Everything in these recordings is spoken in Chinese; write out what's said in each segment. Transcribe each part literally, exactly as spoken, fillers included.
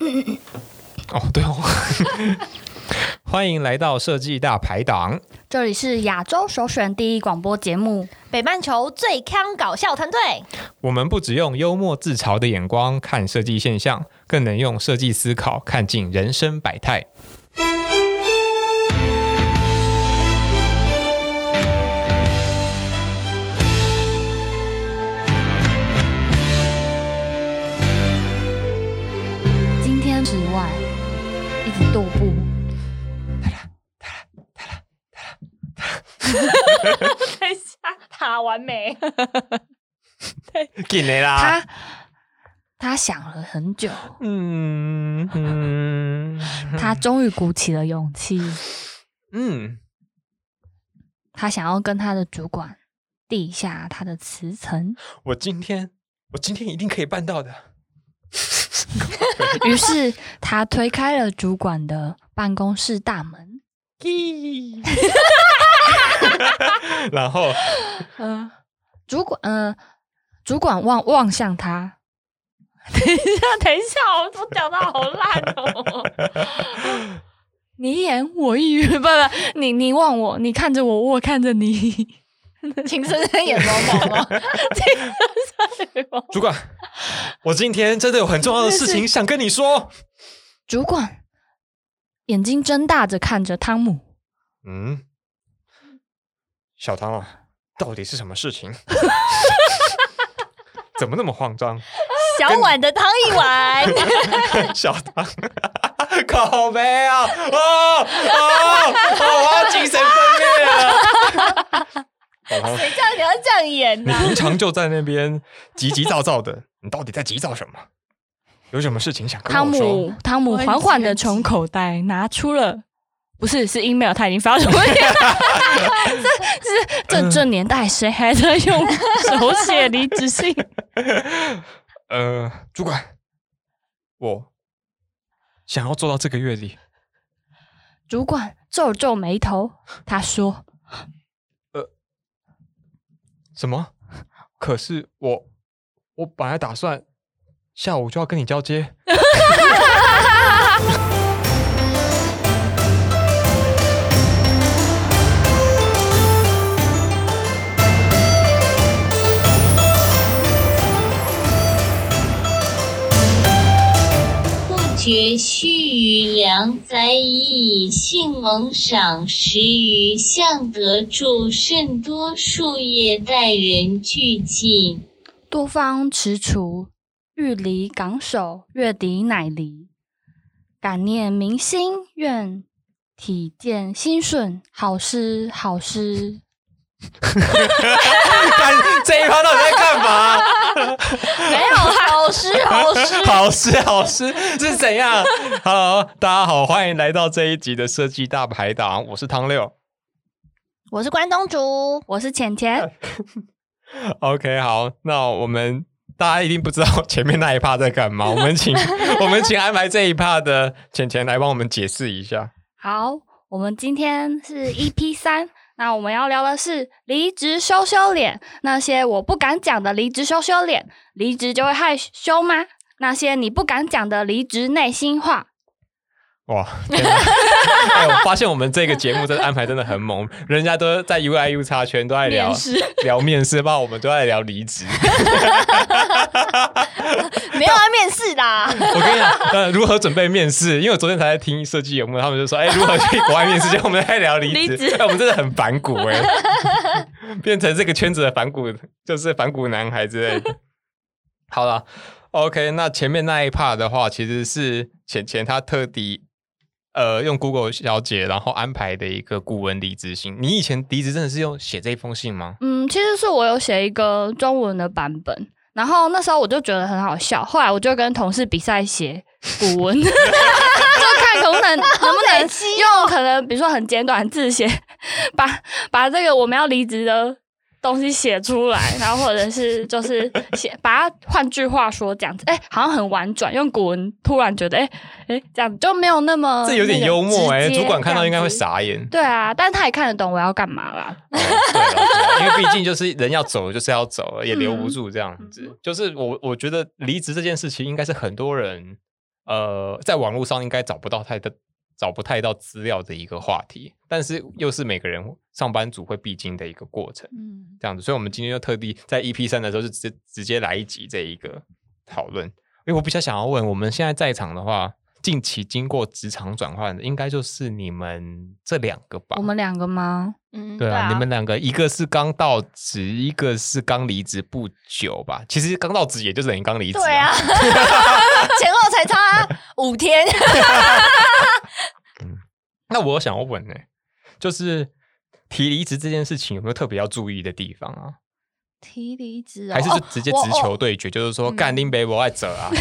哦，对哦，欢迎来到设计大排档， 这里是亚洲首选第一广播节目， 北半球最康搞笑团队。 我们不只用幽默自嘲的眼光看设计现象，更能用设计思考看尽人生百态。 今天之外一直踱步， 等一下，塔完没？ 进来啦！ 他他想了很久， 嗯嗯， 他终于鼓起了勇气， 嗯， 他想要跟他的主管递一下他的辞呈。 我今天，我今天一定可以办到的。 于是他推开了主管的办公室大门， 然后， 呃，主管，呃，主管望望向他。等一下，等一下，我我讲的好烂哦！你一言我一语，不不，你你望我，你看着我，我看着你， 情深深眼蒙蒙哦，情深深眼蒙蒙。 主管，我今天真的有很重要的事情想跟你说。 主管眼睛睁大着看着汤姆， 嗯，小汤啊，到底是什么事情？怎么那么慌张？ 小碗的汤一碗， 小汤，靠背啊！哦哦哦！我要精神分裂了。小汤， 谁叫你要这样演你呢、啊？ 平常就在那边急急躁躁的，你到底在急躁什么？有什么事情想跟汤我说？ 姆汤姆缓缓的从口袋拿出了，不是是 email， 他已经发出去了。这是这这年代谁还在用手写离职信？ 呃，主管，我想要做到这个月底。 主管皱皱眉头，他说：“ 呃，什么？可是我我本来打算下午就要跟你交接。” 绝须臾良哉易，幸蒙赏识于相得助，甚多树叶待人俱进。 多方踟蹰，欲离港首，月底乃离。感念民心，愿体见心顺。好诗，好诗。 干这一趴到底在干嘛？ 没有好诗，好诗， 好诗，好诗是怎样 ？Hello， 大家好，欢迎来到这一集的设计大排档，我是汤六， 我是关东煮， 我是浅浅。 OK， 好，那我们大家一定不知道前面那一趴在干嘛，我们请我们请安排这一趴的浅浅来帮我们解释一下。 好，我们今天是 E P 三。那我们要聊的是离职羞羞脸，那些我不敢讲的离职羞羞脸，离职就会害羞吗？那些你不敢讲的离职内心话。 哇，天哪！哎，我发现我们这个节目真的安排真的很猛，人家都在 U I U X 圈都在聊面试聊面试，不然我们都在聊离职。 没有要面试啦。 我跟你讲，呃，如何准备面试？因为我昨天才在听设计有没有，他们就说，哎、欸，如何去国外面试？结果我们在聊离职，哎、欸，我们真的很反骨哎、欸，变成这个圈子的反骨，就是反骨男孩之类的。好了 ，OK， 那前面那一 part 的话，其实是浅浅他特地呃用 Google 小姐然后安排的一个古文离职信。你以前离职真的是用写这一封信吗？ 嗯，其实是我有写一个中文的版本。然后那时候我就觉得很好笑，后来我就跟同事比赛写古文，就看可不能能不能用可能比如说很简短的字写，把把这个我们要离职的东西写出来，然后或者是就是写把它换句话说这样子，哎，好像很婉转，用古文突然觉得哎哎这样就没有那么这有点幽默哎、 欸， 主管看到应该会傻眼。 对啊，但是他也看得懂我要干嘛啦。 哦、对了对了，因为毕竟就是人要走就是要走，也留不住这样子。嗯、就是我我觉得离职这件事情应该是很多人呃，在网络上应该找不到太的找不太到资料的一个话题，但是又是每个人上班族会必经的一个过程，嗯，这样子，所以我们今天就特地在 E P 三的时候就直接直接来一集这一个讨论。因为我比较想要问，我们现在在场的话，近期经过职场转换的，应该就是你们这两个吧？ 我们两个吗？ 嗯， 对啊， 对啊你们两个，一个是刚到职，一个是刚离职不久吧？其实刚到职也就等于刚离职、啊， 对啊，前后才差五天。 嗯，那我想要问呢、欸，就是提离职这件事情有没有特别要注意的地方啊？ 提离职、哦， 还是就直接直球对决，哦、就是说干林北我爱走啊。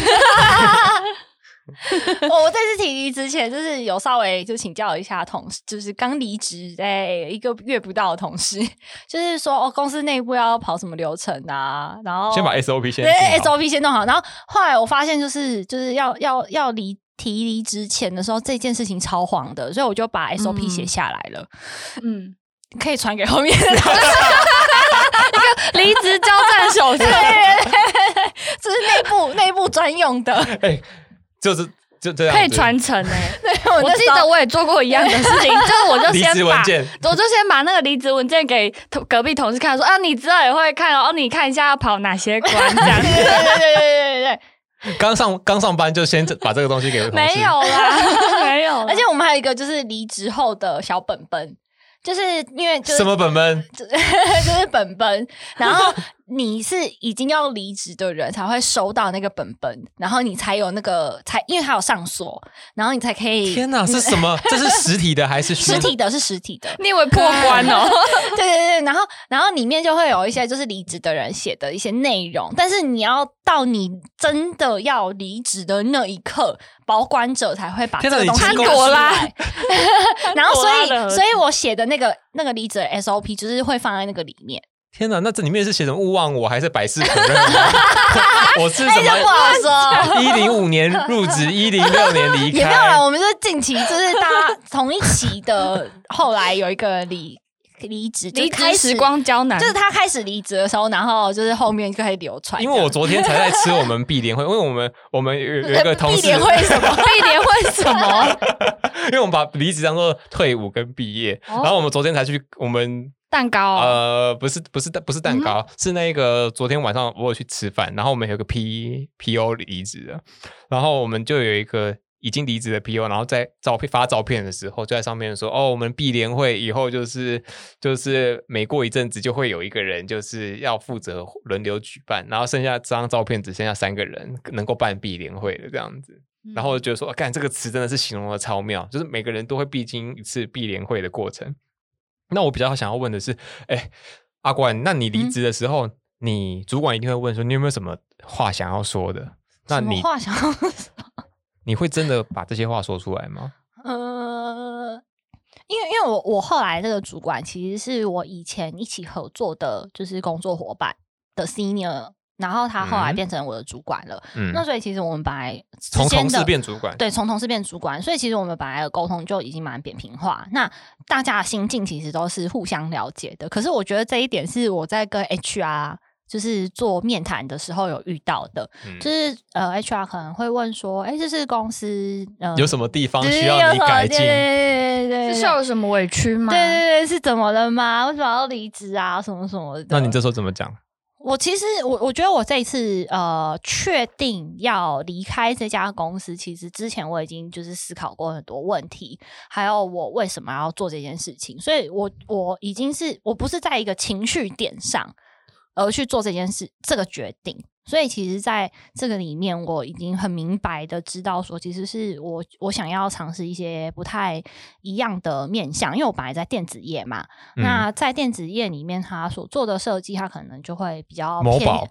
我这次提离之前，就是有稍微就请教一下同事，就是刚离职哎一个月不到的同事，就是说哦公司内部要跑什么流程啊，然后先把 S O P 先对 S O P 先弄好，然后后来我发现就是就是要要要离提离职前的时候，这件事情超晃的，所以我就把 S O P 写下来了，嗯，可以传给后面的同事。 一个离职交战手册， 这是内部内部专用的。 哎、欸，就是就这样可以传承哎、欸。 我, 我记得我也做过一样的事情，就是我就先把我就先把那个离职文件给隔壁同事看，说啊，你知道也会看哦，你看一下要跑哪些关，这样。对对对对对对对。 刚上刚上班就先把这个东西给同事。 没有啦，没有。 而且我们还有一个就是离职后的小本本。就是因为、就是、 什么本本？ 就是本本，然后你是已经要离职的人才会收到那个本本，然后你才有那个才，因为它有上锁，然后你才可以。 天哪，是什么？这是实体的还是虚实体的？是实体的。 你以为破关哦？ 对对对，然后然后里面就会有一些就是离职的人写的一些内容，但是你要到你真的要离职的那一刻，保管者才会把这个东西给我啦。 然后所以所以我写的那个那个离职的 S O P 就是会放在那个里面。 天哪，那这里面是写什么勿忘我还是百事可乐吗？我是什么？ 不好说。 一零五年入职，一零六年离开。 也没有了，我们就是近期就是大家同一期的，后来有一个离离职， 离职时光胶囊， 就是他开始离职的时候，然后就是后面就可以流传。 因为我昨天才在吃我们毕联会，因为我们我们有有一个同事， 毕联会什么？ 毕联会什么？ 因为我们把离职当做退伍跟毕业，哦、然后我们昨天才去我们。 蛋糕、哦、 呃，不是不是不是蛋糕、嗯，是那个昨天晚上我有去吃饭，然后我们有个 P P O 离职的，然后我们就有一个已经离职的 P O， 然后在照片发照片的时候，就在上面说，哦，我们毕联会以后就是就是每过一阵子就会有一个人就是要负责轮流举办，然后剩下这张照片只剩下三个人能够办毕联会的这样子。嗯、然后我就觉得说，干、啊、这个词真的是形容的超妙，就是每个人都会必经一次毕联会的过程。那我比较想要问的是，哎，阿关，那你离职的时候、嗯，你主管一定会问说，你有没有什么话想要说的？那你什么话想要说？ 你会真的把这些话说出来吗？ 呃，因为因为我我后来这个主管其实是我以前一起合作的，就是工作伙伴的 senior。然后他后来变成我的主管了，嗯、那所以其实我们本来从同事变主管， 对，从同事变主管，所以其实我们本来的沟通就已经蛮扁平化。那大家的心境其实都是互相了解的。可是我觉得这一点是我在跟 H R 就是做面谈的时候有遇到的，嗯、就是呃 H R 可能会问说，哎，这是公司、呃、 有什么地方需要你改进？ 对对对对， 是受了什么委屈吗？ 对对对，是怎么了吗？为什么要离职啊？什么什么的？ 那你这时候怎么讲？ 我其实我我觉得我这一次呃确定要离开这家公司，其实之前我已经就是思考过很多问题，还有我为什么要做这件事情，所以我我已经是我不是在一个情绪点上而去做这件事这个决定，所以其实在这个里面我已经很明白的知道说，其实是我我想要尝试一些不太一样的面向，因为我本来在电子业嘛、嗯、那在电子业里面他所做的设计他可能就会比较偏某宝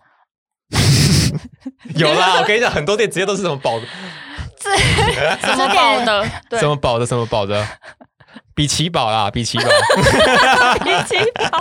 有啦，我跟你讲很多电子业都是什么宝的什么宝的什么宝的什么宝的比奇宝啦，比奇宝， 比奇宝，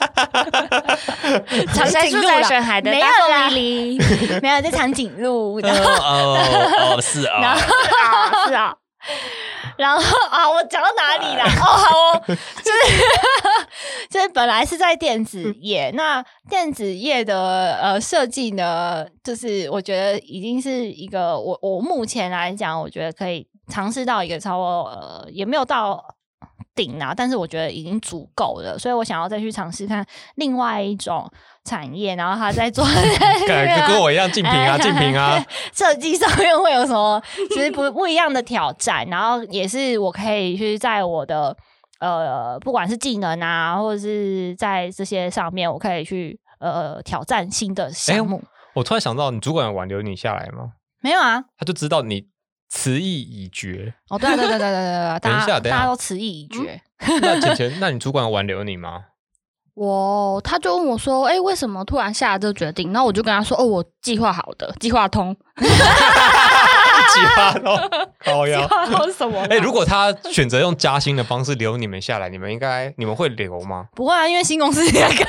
长颈鹿在深海的大风里， 没有在长颈鹿。 哦哦哦，是啊， 然后啊是啊，然后啊，我讲到哪里了？哦，好哦，就是就是本来是在电子业，嗯、那电子业的呃设计呢，就是我觉得已经是一个我我目前来讲，我觉得可以尝试到一个超过呃也没有到顶啊，但是我觉得已经足够了，所以我想要再去尝试看另外一种产业，然后他在做跟跟我一样竞品啊，竞品啊， 设计上面会有什么其实不不一样的挑战，然后也是我可以去在我的呃不管是技能啊，或者是在这些上面，我可以去呃挑战新的项目。 欸、我突然想到，你主管有挽留你下来吗？ 没有啊， 他就知道你词意已决。 哦，对对对对对对对， 等一下，等一下， 大家都词意已决。 嗯、那浅浅，那你主管有挽留你吗？ 我他就问我说：“哎、欸，为什么突然下了这个决定？”然后我就跟他说：“哦，我计划好的，计划通。” 计划通，靠腰。 计划通什么？ 哎、欸，如果他选择用加薪的方式留你们下来，你们应该你们会留吗？ 不会啊，因为新公司也高。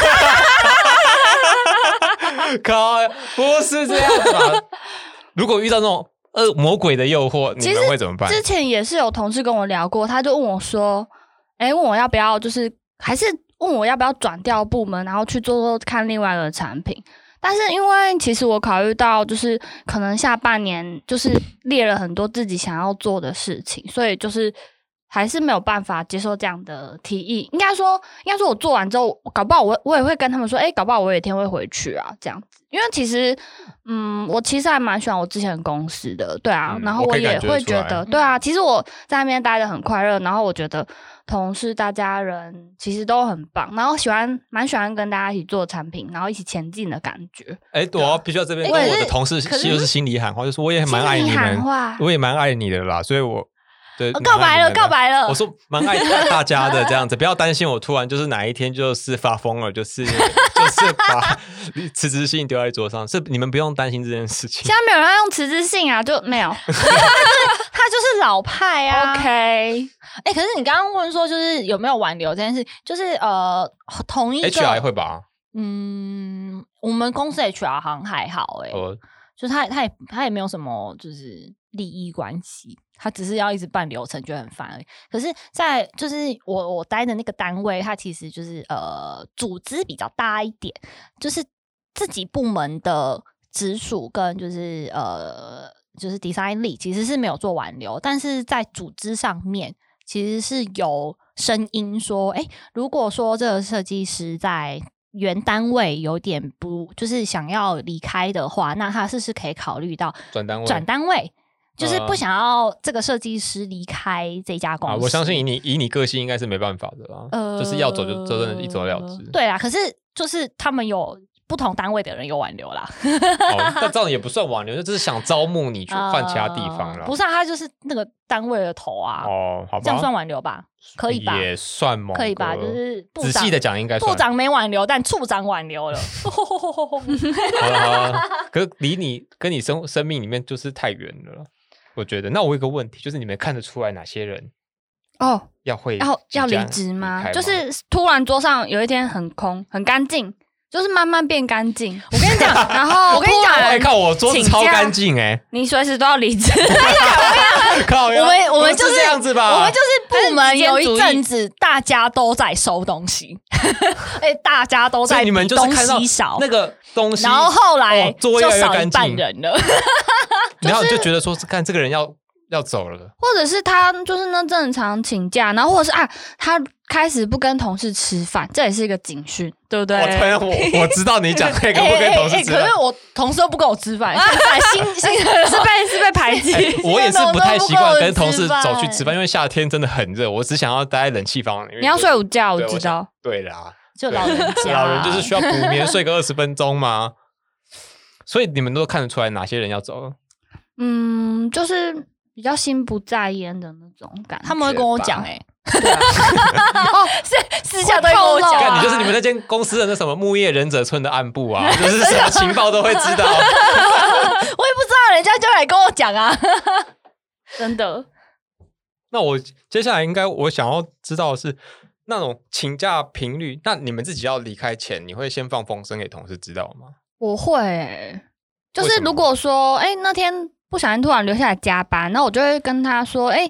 靠，不是这样子吧？如果遇到那种恶魔鬼的诱惑，你们会怎么办？ 之前也是有同事跟我聊过，他就问我说：“哎、欸，问我要不要，就是还是。”问我要不要转调部门，然后去做做看另外一个产品。但是因为其实我考虑到，就是可能下半年就是列了很多自己想要做的事情，所以就是还是没有办法接受这样的提议。应该说，应该说我做完之后，搞不好我我也会跟他们说，哎、欸，搞不好我有一天会回去啊，这样子。因为其实，嗯，我其实还蛮喜欢我之前的公司的，对啊，嗯、然后我也会觉得，对啊，其实我在那边待得很快乐，然后我觉得同事大家人其实都很棒，然后喜欢蛮喜欢跟大家一起做产品，然后一起前进的感觉。 哎、欸，我要必须要这边跟我的同事就是心里喊话，就是我也蛮爱你们，我也蛮爱你的啦，所以我。对， 我告白了，告白了。 我说蛮爱大家的这样子，不要担心我突然就是哪一天就是发疯了，就是就是把辞职信丢在桌上，是你们不用担心这件事情。 现在没有人要用辞职信啊，就没有。 他就是老派啊。 OK， 哎、欸，可是你刚刚问说就是有没有挽留这件事，就是呃同一个 H R 会吧？ 嗯，我们公司 H R 好像还好哎、欸，呃、就他他也他也没有什么就是利益关系。他只是要一直办流程，觉得很烦而已。可是，在就是我我待的那个单位，它其实就是呃组织比较大一点，就是自己部门的直属跟就是呃就是 design lead 其实是没有做挽留，但是在组织上面其实是有声音说，哎，如果说这个设计师在原单位有点不就是想要离开的话，那他是不是可以考虑到转单位？ 转单位。就是不想要这个设计师离开这家公司、 啊、我相信以你以你个性应该是没办法的啦、呃、就是要走就真的一走了之。 对啦，可是就是他们有不同单位的人有挽留啦哦，但这样也不算挽留，就是想招募你去换其他地方啦、呃、 不是啊，他就是那个单位的头啊。 哦，好吧， 这样算挽留吧？可以吧？ 也算吗？ 可以吧？就是部长仔细的讲应该算部长没挽留，但处长挽留了好了好了，可是离你跟你生生命里面就是太远了，我觉得。那我有一个问题，就是你们看得出来哪些人哦要会要要离职吗？就是突然桌上有一天很空很干净，就是慢慢变干净。我跟你讲，然后我跟你讲，哎，看我桌子超干净哎， 你随时都要离职。 靠， 我们我们就是这样子吧， 我们就是部门有一阵子大家都在收东西，哎，大家都在你们就是看到那个东西， 然后后来就少一半人了。 然后你就觉得说，看这个人要要走了， 或者是他就是那正常请假，然后或者是啊，他开始不跟同事吃饭，这也是一个警讯，对不对？ 我突然我我知道你讲那个不跟同事吃饭， 可是我同事都不跟我吃饭，新新是被是被排挤、 欸。我也是不太习惯跟同事走去吃饭，因为夏天真的很热，我只想要待在冷气房里面。 你要睡午觉，我知道。 对啦， 就老人家， 老人就是需要补眠，睡个二十分钟嘛。所以你们都看得出来哪些人要走了？ 嗯，就是比较心不在焉的那种感觉。 他们会跟我讲哎、 欸，对啊，哦， 私私下都会跟我讲， 你就是你们那间公司的那什么木叶忍者村的暗部啊，就是什么情报都会知道。 我也不知道，人家就来跟我讲啊， 真的。 那我接下来应该我想要知道的是那种请假频率，那你们自己要离开前，你会先放风声给同事知道吗？ 我会、欸，就是如果说，哎、欸，那天不小心突然留下来加班，那我就会跟他说，哎、欸，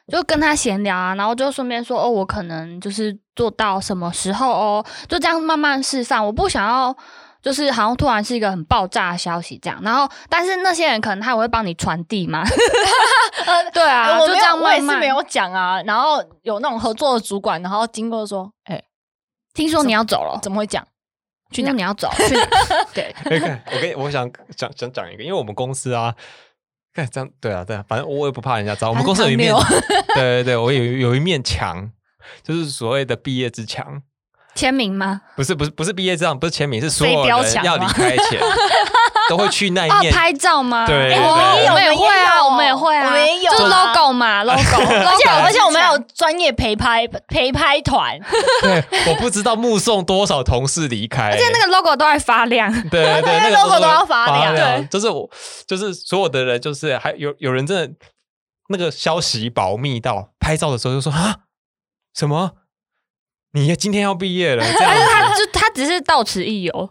就跟他闲聊啊，然后就顺便说哦，我可能就是做到什么时候哦，就这样慢慢示范。我不想要就是好像突然是一个很爆炸的消息这样，然后但是那些人可能他也会帮你传递嘛。对啊， 我就这样慢慢。 我也是没有讲啊，然后有那种合作的主管，然后经过说，哎、欸， 听说你要走了， 怎么会讲？ 去哪？你要走？去哪？对， 我跟我想讲想讲一个，因为我们公司啊，看这样对啊对啊，反正我也不怕人家知道，我们公司有一面，对对对，我有有一面墙，就是所谓的毕业之墙。 签名吗？ 不是不是不是毕业证，不是签名，是所有人要离开前都会去那一面、 哦、拍照吗？ 对， 欸、 我们也会啊，我们也会啊， 我们也有、啊， 就是 logo 嘛 ，logo，, logo 而且而且我们有专业陪拍陪拍团。 对，我不知道目送多少同事离开、欸， 而且那个 logo 都在发亮。 对对对，那个 logo 都要发亮。 对，就是我就是所有的人，就是还有有人真的那个消息保密到拍照的时候就说啊什么。你今天要毕业了，这样子他就他只是到此一游。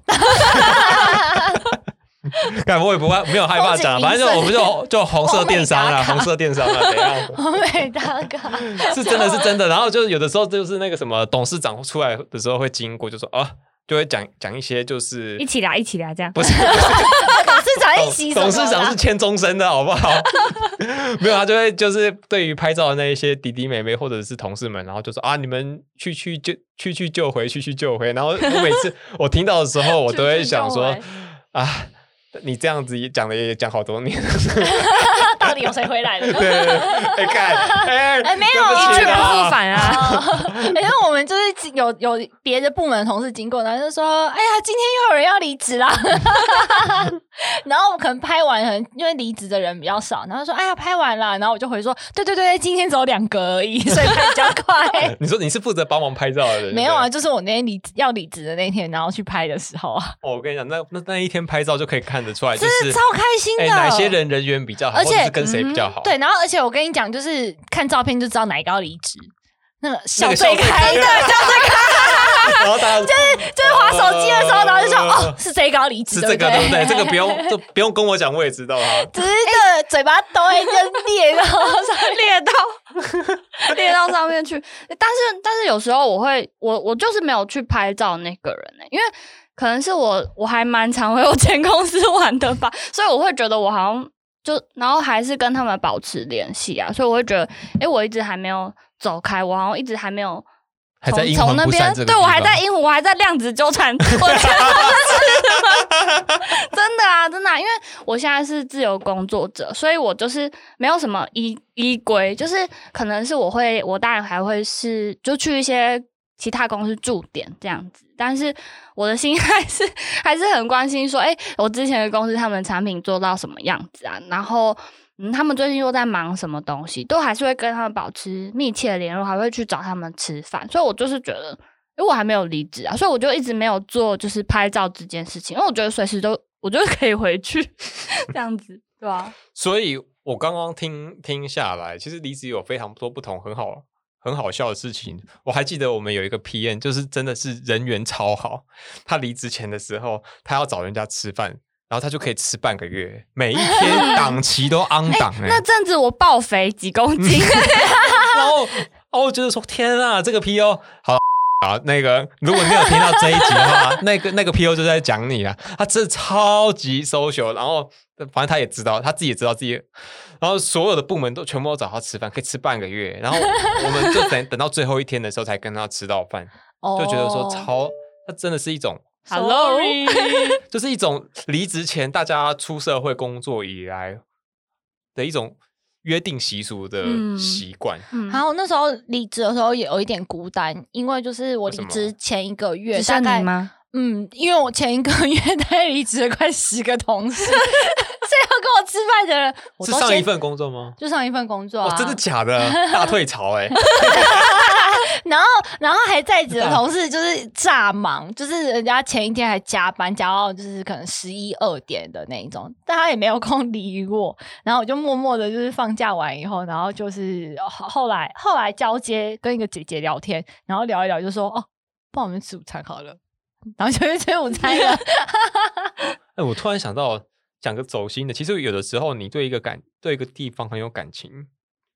干我也不会没有害怕讲，反正就我们就就红色电商啦，红色电商啦，怎样？ 红美打卡是真的是真的。然后就是有的时候就是那个什么董事长出来的时候会经过，就说啊，就会讲讲一些就是一起来一起来这样。 不是，不是董事长一起董事长是签终身的好不好？没有，他就会就是对于拍照的那一些弟弟妹妹或者是同事们，然后就说啊，你们去去救去去救回去去救回。然后我每次我听到的时候，我都会想说啊，你这样子讲的也讲好多年了。 到底有谁回来了？ 对，哎看，哎哎没有， 一去不复返啊！ 因为我们就是有有别的部门的同事经过，然后就说：“哎呀，今天又有人要离职啦。”然后我可能拍完，可能因为离职的人比较少，然后说：“哎呀，拍完了。”然后我就回说：“对对对，今天只有两个而已，所以拍比较快。” 你说你是负责帮忙拍照的人？ 没有啊，就是我那天离要离职的那天，然后去拍的时候啊。 哦，我跟你讲，那那那一天拍照就可以看得出来，就是超开心的。 哎，哪些人人缘比较好， 而且或者是跟谁比较好？ 嗯、对，然后而且我跟你讲，就是看照片就知道哪一个要离职。那个笑最开的，笑最开。 然后大家就是就是滑手机的时候，然后就说哦，是这个要离职， 是这个对不对？这个不用就不用跟我讲，我也知道啊。 只是这嘴巴都会跟裂到裂到裂到上面去。但是但是有时候我会我我就是没有去拍照那个人呢、欸，因为可能是我我还蛮常回我前公司玩的吧，所以我会觉得我好像就然后还是跟他们保持联系啊，所以我会觉得哎、欸，我一直还没有走开，我好像一直还没有。 还在阴魂不散这个地方， 对，我还在阴魂，我还在量子纠缠，我真的真的啊，真的、啊，因为我现在是自由工作者，所以我就是没有什么依依规，就是可能是我会，我当然还会是就去一些其他公司驻点这样子，但是我的心还是还是很关心说，哎、欸，我之前的公司他们产品做到什么样子啊，然后。嗯，他们最近又在忙什么东西，都还是会跟他们保持密切的联络，还会去找他们吃饭。所以我就是觉得，因为我还没有离职啊，所以我就一直没有做就是拍照这件事情，因为我觉得随时都，我就是可以回去这样子，对吧、啊？ 所以我刚刚听听下来，其实离职有非常多不同很好很好笑的事情。我还记得我们有一个 P M， 就是真的是人缘超好，他离职前的时候，他要找人家吃饭。然后他就可以吃半个月，每一天档期都 on 档哎、欸。 那阵子我爆肥几公斤， 然后哦，我觉得说天啊，这个 P O 好啊，那个如果你有听到这一集的话，那个那个 P O 就在讲你啊，他真的超级 social， 然后反正他也知道，他自己也知道自己，然后所有的部门都全部都找他吃饭，可以吃半个月，然后我们就等等到最后一天的时候才跟他吃到饭，就觉得说超，他真的是一种。 Hello， 就是一种离职前大家出社会工作以来的一种约定习俗的习惯。 嗯，还有那时候离职的时候也有一点孤单，因为就是我离职前一个月，大概吗？ 嗯，因为我前一个月大概离职了快十个同事，所以要跟我吃饭的人，我是上一份工作吗？ 就上一份工作啊！ 哦、真的假的？大退潮哎、欸！ 然后，然后还在职的同事就是炸忙，就是人家前一天还加班加到就是可能十一二点的那一种，但他也没有空理我。然后我就默默的，就是放假完以后，然后就是后来后来交接跟一个姐姐聊天，然后聊一聊就说哦，帮我们吃午餐好了，然后就去吃午餐了。 哎，我突然想到讲个走心的，其实有的时候你对一个感对一个地方很有感情。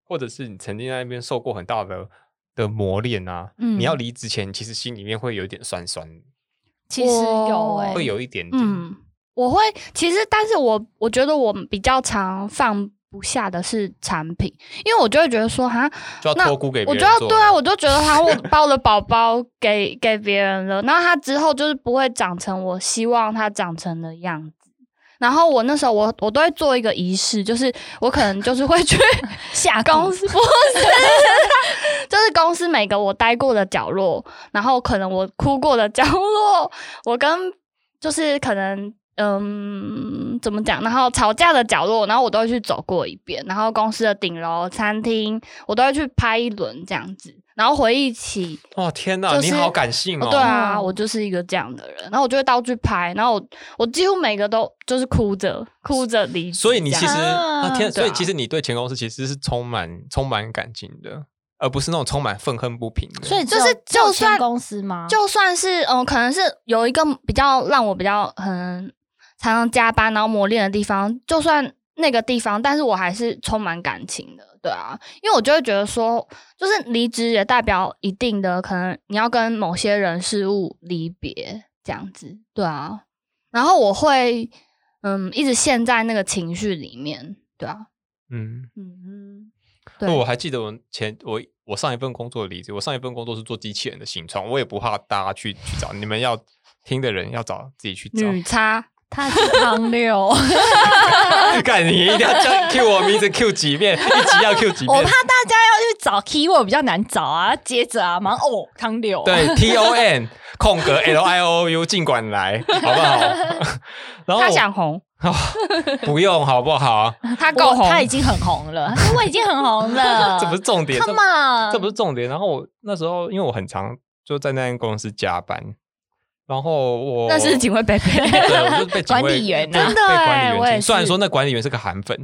或者是你曾经在那边受过很大的的磨练啊， 嗯你要离职前，其实心里面会有一点酸酸， 其实有哎、欸， 会有一点点。 嗯，我会其实，但是我我觉得我比较常放不下的是产品，因为我就会觉得说，哈， 就要托孤给别人我就要做对啊，我就觉得哈，我把我的宝宝给给别人了，然后他之后就是不会长成我希望他长成的样子。然后我那时候我我都会做一个仪式，就是我可能就是会去下公司，不是，就是公司每个我待过的角落，然后可能我哭过的角落，我跟就是可能嗯怎么讲，然后吵架的角落，然后我都会去走过一遍，然后公司的顶楼、餐厅，我都会去拍一轮这样子。然后回忆起， 哦天哪， 就是你好感性哦！ 对啊，我就是一个这样的人。然后我就会到处拍，然后我我几乎每个都就是哭着哭着离职。 所以你其实啊啊天，所以对啊其实你对前公司其实是充满充满感情的，而不是那种充满愤恨不平的。 所以就是只有就算前公司吗？ 就算是嗯，可能是有一个比较让我比较很常常加班，然后磨练的地方，就算那个地方，但是我还是充满感情的，对啊，因为我就会觉得说，就是离职也代表一定的可能你要跟某些人事物离别这样子，对啊，然后我会嗯一直陷在那个情绪里面，对啊， 嗯嗯嗯， 那对， 我还记得我前我我上一份工作的例子，我上一份工作是做机器人的新创，我也不怕大家去去找，你们要听的人要找自己去找。 女叉。 他是汤六， 干你一定要叫 Q 我名字 Q 几遍，一集要 Q 几遍。 我怕大家要去找 keyword 比较难找啊，接着啊，忙哦，汤六， 对 T O N 空格 L I O U 尽管来，好不好？然后他想红， 哦、不用好不好？ 他够红， 他已经很红了，他说我已经很红了， 这不是重点 ，Come on， 这不是重点。然后我那时候因为我很常就在那间公司加班。然后我那是警卫贝贝， 对，我就是被警卫管理员啊被真的被管理员请。 欸我也是虽然说那管理员是个韩粉，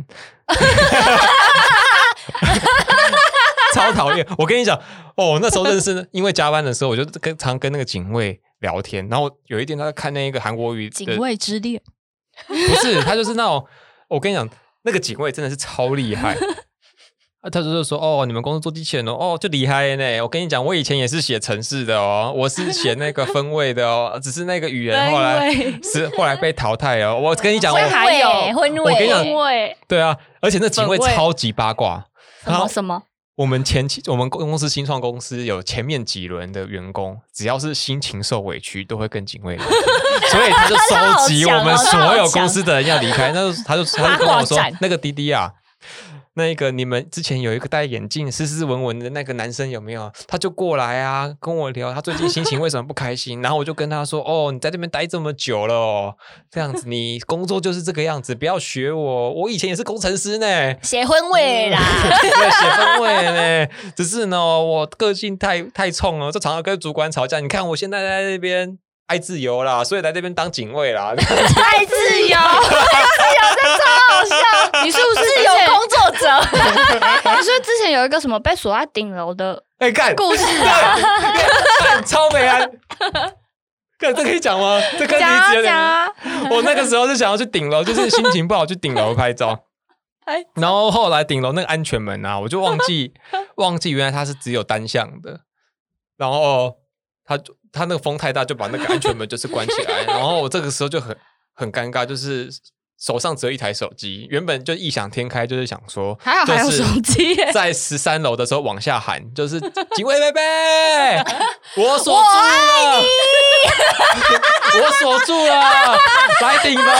超讨厌。我跟你讲，哦，那时候认识，因为加班的时候，我就跟常跟那个警卫聊天。然后有一天他在看那个韩国语的警卫之恋， 不是他就是那种，我跟你讲，那个警卫真的是超厉害。他就是说，哦，你们公司做机器人哦，哦，就厉害呢。我跟你讲，我以前也是写程式的哦，我是写那个分位的哦，只是那个语言后来是后来被淘汰了。我跟你讲，我还有婚我跟你讲位， 对啊，而且那警卫超级八卦。 什么什么？ 我们前期我们公司新创公司有前面几轮的员工，只要是心情受委屈，都会跟警卫聊天，所以他就收集我们所有公司的人要离开，那他就他就跟我说，那个滴滴啊。那个你们之前有一个戴眼镜、斯斯文文的那个男生有没有？他就过来啊，跟我聊他最近心情为什么不开心。然后我就跟他说：“哦，你在这边待这么久了哦，这样子你工作就是这个样子，不要学我。我以前也是工程师呢， 写婚位啦， 对，写分位呢。只是呢，我个性太太冲了，就常常跟主管吵架。你看我现在在这边。”爱自由啦，所以来这边当警卫啦。 爱自由，爱自由，这超好笑。你是不是自由工作者？ 你是不是之前有一个什么被锁在顶楼的哎干故事啊？ 干超美安。干这可以讲吗？这跟离职有点。 讲啊！ 我那个时候是想要去顶楼，就是心情不好去顶楼拍照。然后后来顶楼那个安全门啊，我就忘记忘记原来它是只有单向的，然后他就。他那个风太大，就把那个安全门就是关起来，然后我这个时候就很很尴尬，就是手上只有一台手机，原本就异想天开，就是想说， 还好还有手机， 在十三楼的时候往下喊，就是警卫贝贝，我锁住了，我, 我锁住了，来顶楼，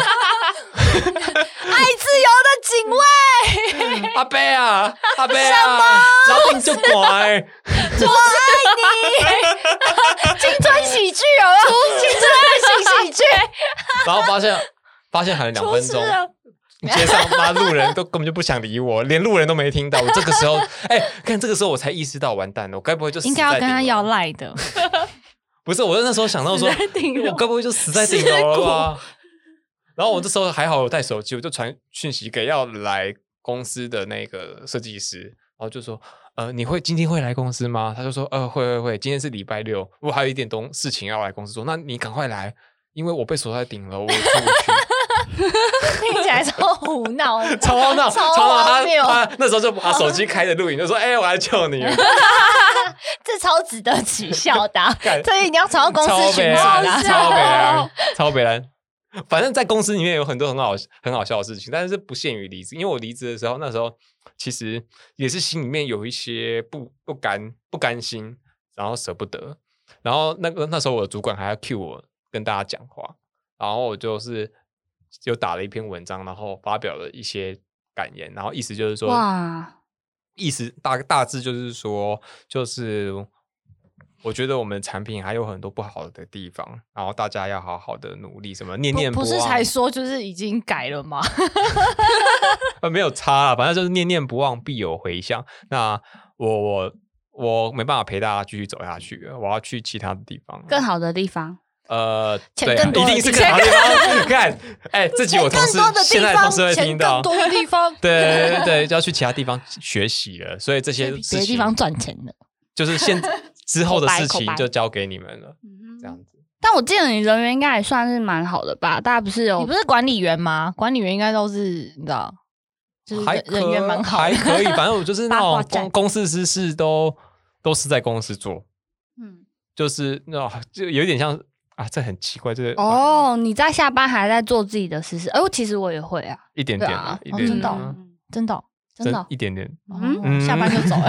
爱自由的警卫， 阿贝啊，阿贝啊，老顶就乖。 我爱你，青春喜剧有没有？青春喜剧， 然后发现发现喊了两分钟，街上妈路人都根本就不想理我，连路人都没听到。我这个时候，哎、欸，看这个时候我才意识到，完蛋了，我该不会就死在顶楼？ 应该要跟他要赖的。 不是，我那时候想到说，我该不会就死在顶楼了吧？然后我这时候还好有带手机，我就传讯息给要来公司的那个设计师，然后就说。呃，你会今天会来公司吗？他就说，呃，会会会，今天是礼拜六，我还有一点东事情要来公司做，那你赶快来，因为我被锁在顶楼，我出不去。 听起来超胡闹， 超闹，超超他荒谬他那时候就把手机开着录影，就说：“哎、欸，我来救你了。” 这超值得取笑的、啊，这一定要传到公司群组超的， 超北蓝，超北蓝。反正，在公司里面有很多很好很好笑的事情，但是不限于离职。因为我离职的时候，那时候其实也是心里面有一些不不甘不甘心，然后舍不得。然后那个那时候我的主管还要 cue 我跟大家讲话，然后我就是就打了一篇文章，然后发表了一些感言，然后意思就是说， 哇， 意思大大致就是说，就是我觉得我们产品还有很多不好的地方，然后大家要好好的努力，什么念念不忘。 不是才说就是已经改了吗？ 没有差啦，反正就是念念不忘必有回响。那我我我没办法陪大家继续走下去了，我要去其他的地方， 更好的地方。 呃，对、啊， 钱更多的一定是更好的地方。看，哎，这集我同事现在同事会听到， 更多的地方， 对对对，就要去其他地方学习了。所以这些事情别的地方赚钱的， 就是现之后的事口白情就交给你们了， 嗯这样子。 但我记得你人缘应该也算是蛮好的吧？大家不是有你不是管理员吗？管理员应该都是你知道，就是还人缘蛮好的， 还可以。反正我就是那八卦站种公公司私事都都是在公司做， 嗯就是那就有点像啊，这很奇怪，这个哦，你在下班还在做自己的事事？哎，其实我也会啊， 一点点啊对啊， 一点点哦真的哦啊， 真的哦真的哦一点点。 哦嗯下班就走了。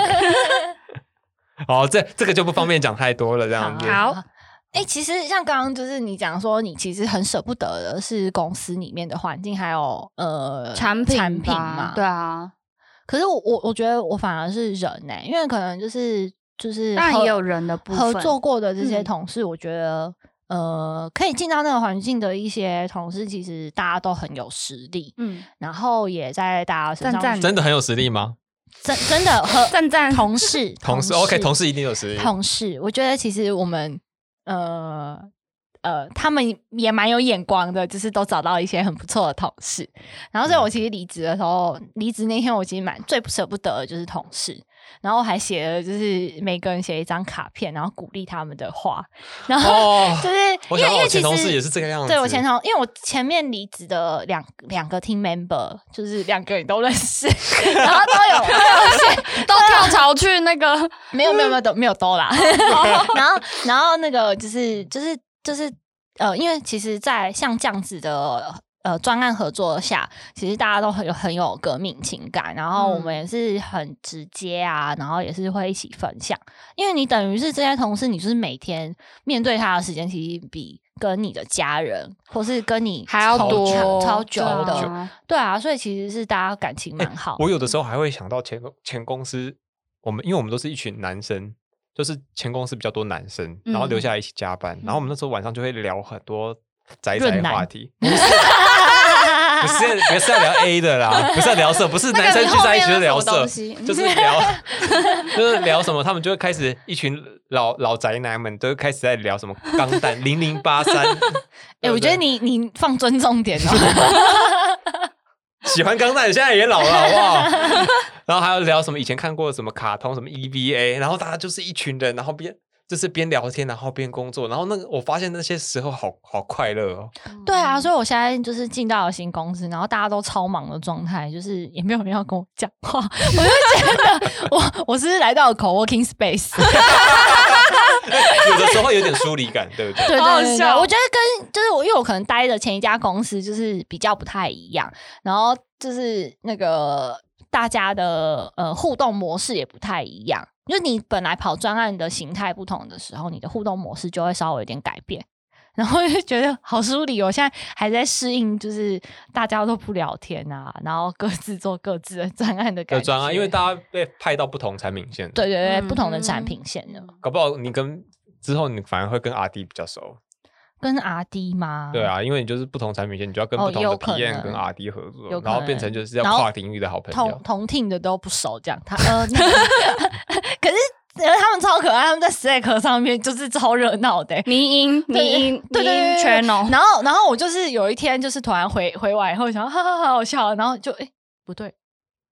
好，这这个就不方便讲太多了，这样子。 好哎、欸，其实像刚刚就是你讲说，你其实很舍不得的是公司里面的环境，还有呃产品产品吧嘛， 对啊， 可是我我我觉得我反而是人呢、欸，因为可能就是就是当然合也有人的部分合作过的这些嗯同事，我觉得、呃可以进到那个环境的一些同事，其实大家都很有实力， 嗯， 然后也在大家身上赞赞真的很有实力吗？ 真真的和赞赞同事同事 OK，同事一定有实力。 同事，我觉得其实我们呃呃，他们也蛮有眼光的，就是都找到一些很不错的同事。然后，所以我其实离职的时候，离职那天我其实蛮最舍不得的就是同事，然后还写了就是每个人写一张卡片，然后鼓励他们的话，然后哦就是、 我想到我因为因为其实前同事也是这个样子。 对我前同，因为我前面离职的两两个 team member 就是两个人都认识，然后都有都有写都跳槽去那个没有没有没有都没有都啦，然后然后那个就是就是就是呃，因为其实，在像这样子的呃专案合作下，其实大家都很有很有革命情感，然后我们也是很直接啊，然后也是会一起分享，因为你等于是这些同事，你就是每天面对他的时间，其实比跟你的家人或是跟你还要多超超久的， 对啊对啊，所以其实是大家感情蛮好的、 我有的时候还会想到前前公司，我们因为我们都是一群男生，就是前公司比较多男生，然后留下来一起加班， 嗯、 然后我们那时候晚上就会聊很多宅宅话题，不是不是不是要聊 A 的啦，不是要聊色，不是男生聚在一起就聊色，就是聊就是聊什么，他们就会开始一群老老宅男们都开始在聊什么钢弹零零八三， 哎，我觉得你你放尊重点哦。 喜欢钢弹，现在也老了，好不好？然后还有聊什么以前看过什么卡通，什么 E V A， 然后大家就是一群人，然后边就是边聊天，然后边工作，然后那个我发现那些时候好好快乐哦。 对啊，所以我现在就是进到了新公司，然后大家都超忙的状态，就是也没有人要跟我讲话，我就觉得我我是来到了 co-working space。 有的时候有点疏离感，对不对？ 对对好对对， 笑我觉得跟就是我，因为我可能待的前一家公司就是比较不太一样，然后就是那个大家的呃互动模式也不太一样。就是你本来跑专案的形态不同的时候，你的互动模式就会稍微有点改变。然后就觉得好疏离，我现在还在适应，就是大家都不聊天啊，然后各自做各自的专案的感觉。 专案，因为大家被派到不同产品线， 对对对， 嗯不同的产品线的。 搞不好你跟之后你反而会跟阿弟比较熟。 跟 R D 吗？ 对啊，因为你就是不同产品线，你就要跟不同的 P M 跟 R D 合作， 然然后变成就是要跨领域的好朋友。 同同 team 的都不熟，这样他呃，那个可是。他们超可爱，他们在 Slack 上面就是超热闹的、欸， 迷音迷音对对对 channel， 然后然后我就是有一天就是突然回回完以后想哈哈哈好笑，然后就哎、欸、不对，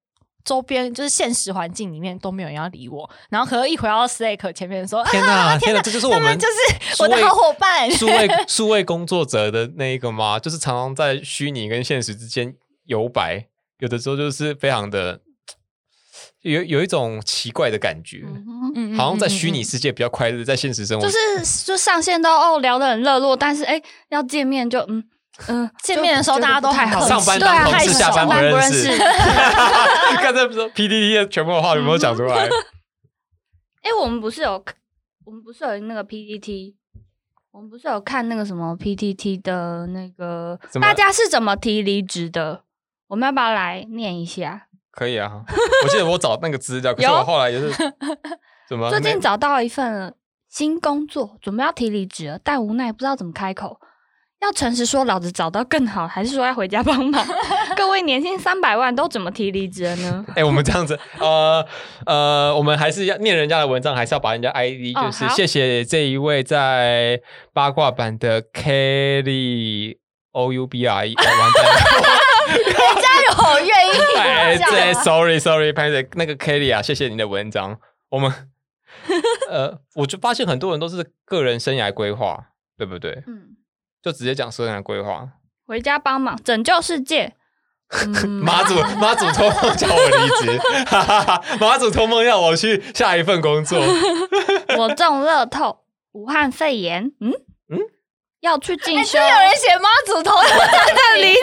周边就是现实环境里面都没有人要理我，然后可能一回到 Slack 前面说， 天哪、 啊、 天哪，这就是我们就是我的好伙伴， 数位数位工作者的那一个吗？就是常常在虚拟跟现实之间游摆，有的时候就是非常的有有一种奇怪的感觉，嗯、好像在虚拟世界比较快乐，在现实生活就是就上线都哦聊得很热络，但是哎要见面就嗯。嗯， 见面的时候大家都太好， 上班当同事，下班不认识。刚才不是说 P T T 的全部的话有没有讲出来？ 哎、欸，我们不是有我们不是有那个 P T T， 我们不是有看那个什么 P T T 的那个大家是怎么提离职的？我们要不要来念一下？ 可以啊，我记得我找那个资料，可是我后来也是怎么最近找到一份新工作，准备要提离职了，但无奈不知道怎么开口。要诚实说，老子找到更好，还是说要回家帮忙？各位年薪三百万都怎么提离职了呢？ 哎、欸，我们这样子，呃呃，我们还是要念人家的文章，还是要把人家 I D，、哦、就是谢谢这一位在八卦版的 Kelly O U B R E， 完蛋了， 人家有愿意。 哎，对 ，sorry sorry， 拍的那个 Kelly 啊，谢谢你的文章。我们呃，我就发现很多人都是个人生涯规划，对不对？嗯。就直接讲生涯规划， 回家帮忙拯救世界。 马、嗯、祖马祖托梦叫我离职，马祖托梦要我去下一份工作。 我中乐透，武汉肺炎，嗯嗯，要去进修。 欸、有人写马祖托梦在离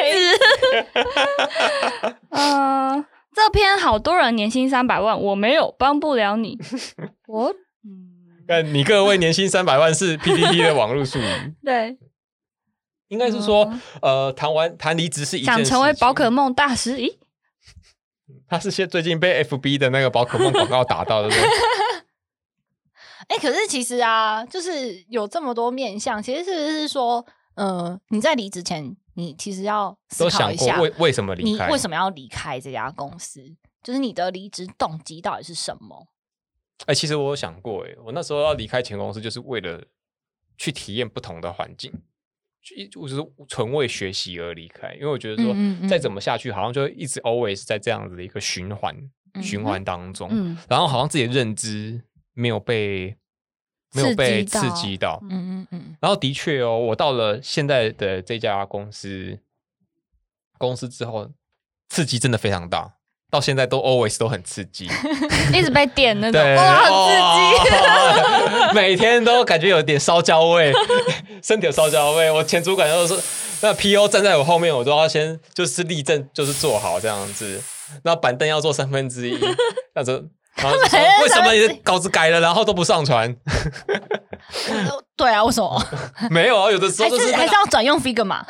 职。嗯、呃，这篇好多人年薪三百万，我没有帮不了你。我嗯，但你各位年薪三百万是 P T T 的网络术语。 对。 应该是说，嗯、呃，谈完谈离职是一件事情， 想成为宝可梦大师，咦？ 他是现最近被 F B 的那个宝可梦广告打到的，对不对？ 哎、欸，可是其实啊，就是有这么多面向，其实是不是说，呃，你在离职前，你其实要思考一下， 为为什么离开？ 你为什么要离开这家公司？就是你的离职动机到底是什么？ 哎、欸，其实我有想过，哎，我那时候要离开前公司，就是为了去体验不同的环境。我就是纯为学习而离开，因为我觉得说再怎么下去，好像就一直 always 在这样子的一个循环、嗯、循环当中、嗯，然后好像自己的认知没有被没有被刺激到，嗯嗯嗯。然后的确哦，我到了现在的这家公司公司之后，刺激真的非常大。到现在都 always 都很刺激， 一直被点那种， 哇， 很刺激， 哦、每天都感觉有点烧焦味，身体有烧焦味。我前主管就说，那 P O 站在我后面，我都要先就是立正，就是坐好这样子。那板凳要坐三分之一，那就然后就说为什么你的稿子改了，然后都不上传？ 对啊，为什么？ 没有啊，有的时候就是、那個、 还是要转用 Figma。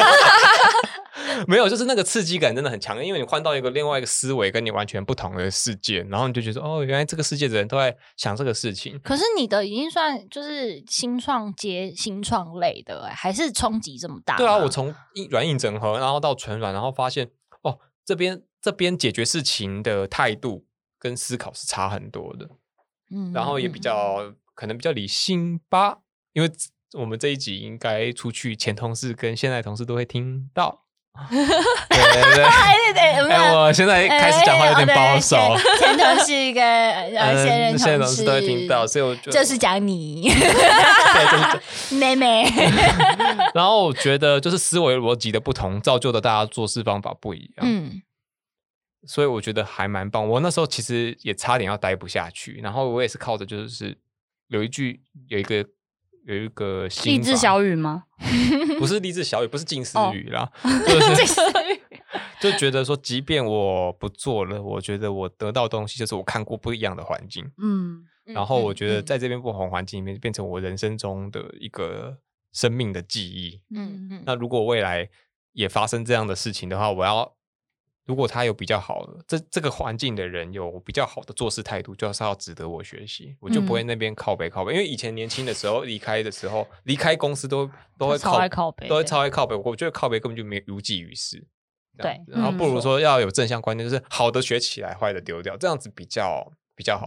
没有，就是那个刺激感真的很强，因为你换到一个另外一个思维，跟你完全不同的世界，然后你就觉得哦，原来这个世界的人都在想这个事情。 可是你的已经算就是新创接新创类的，还是冲击这么大？ 对啊，我从软硬整合，然后到纯软，然后发现哦，这边这边解决事情的态度跟思考是差很多的，嗯，然后也比较、嗯、可能比较理性吧，因为我们这一集应该出去，前同事跟现在同事都会听到。对对对，哎，我现在开始讲话有点保守。 前同事跟呃现任同事， 现任同事都会听到，所以我就就是讲你， 对，就是妹妹。 然后我觉得就是思维逻辑的不同，造就的大家做事方法不一样。嗯，所以我觉得还蛮棒。我那时候其实也差点要待不下去，然后我也是靠着就是有一句有一个。有一个励志小语吗？ 不是励志小语，不是近似语啦，就是就觉得说，即便我不做了，我觉得我得到的东西就是我看过不一样的环境，嗯，然后我觉得在这边不同环境里面，变成我人生中的一个生命的记忆，嗯嗯。那如果未来也发生这样的事情的话，我要。如果他有比较好的这这个环境的人有比较好的做事态度，就是要值得我学习，我就不会那边靠北靠北、嗯。因为以前年轻的时候离开的时候，离开公司都都会靠超爱靠北， 都会超爱靠北。我觉得靠北根本就没无济于事。 对， 然后不如说要有正向观念，就是好的学起来，坏的丢掉，这样子比较比较好。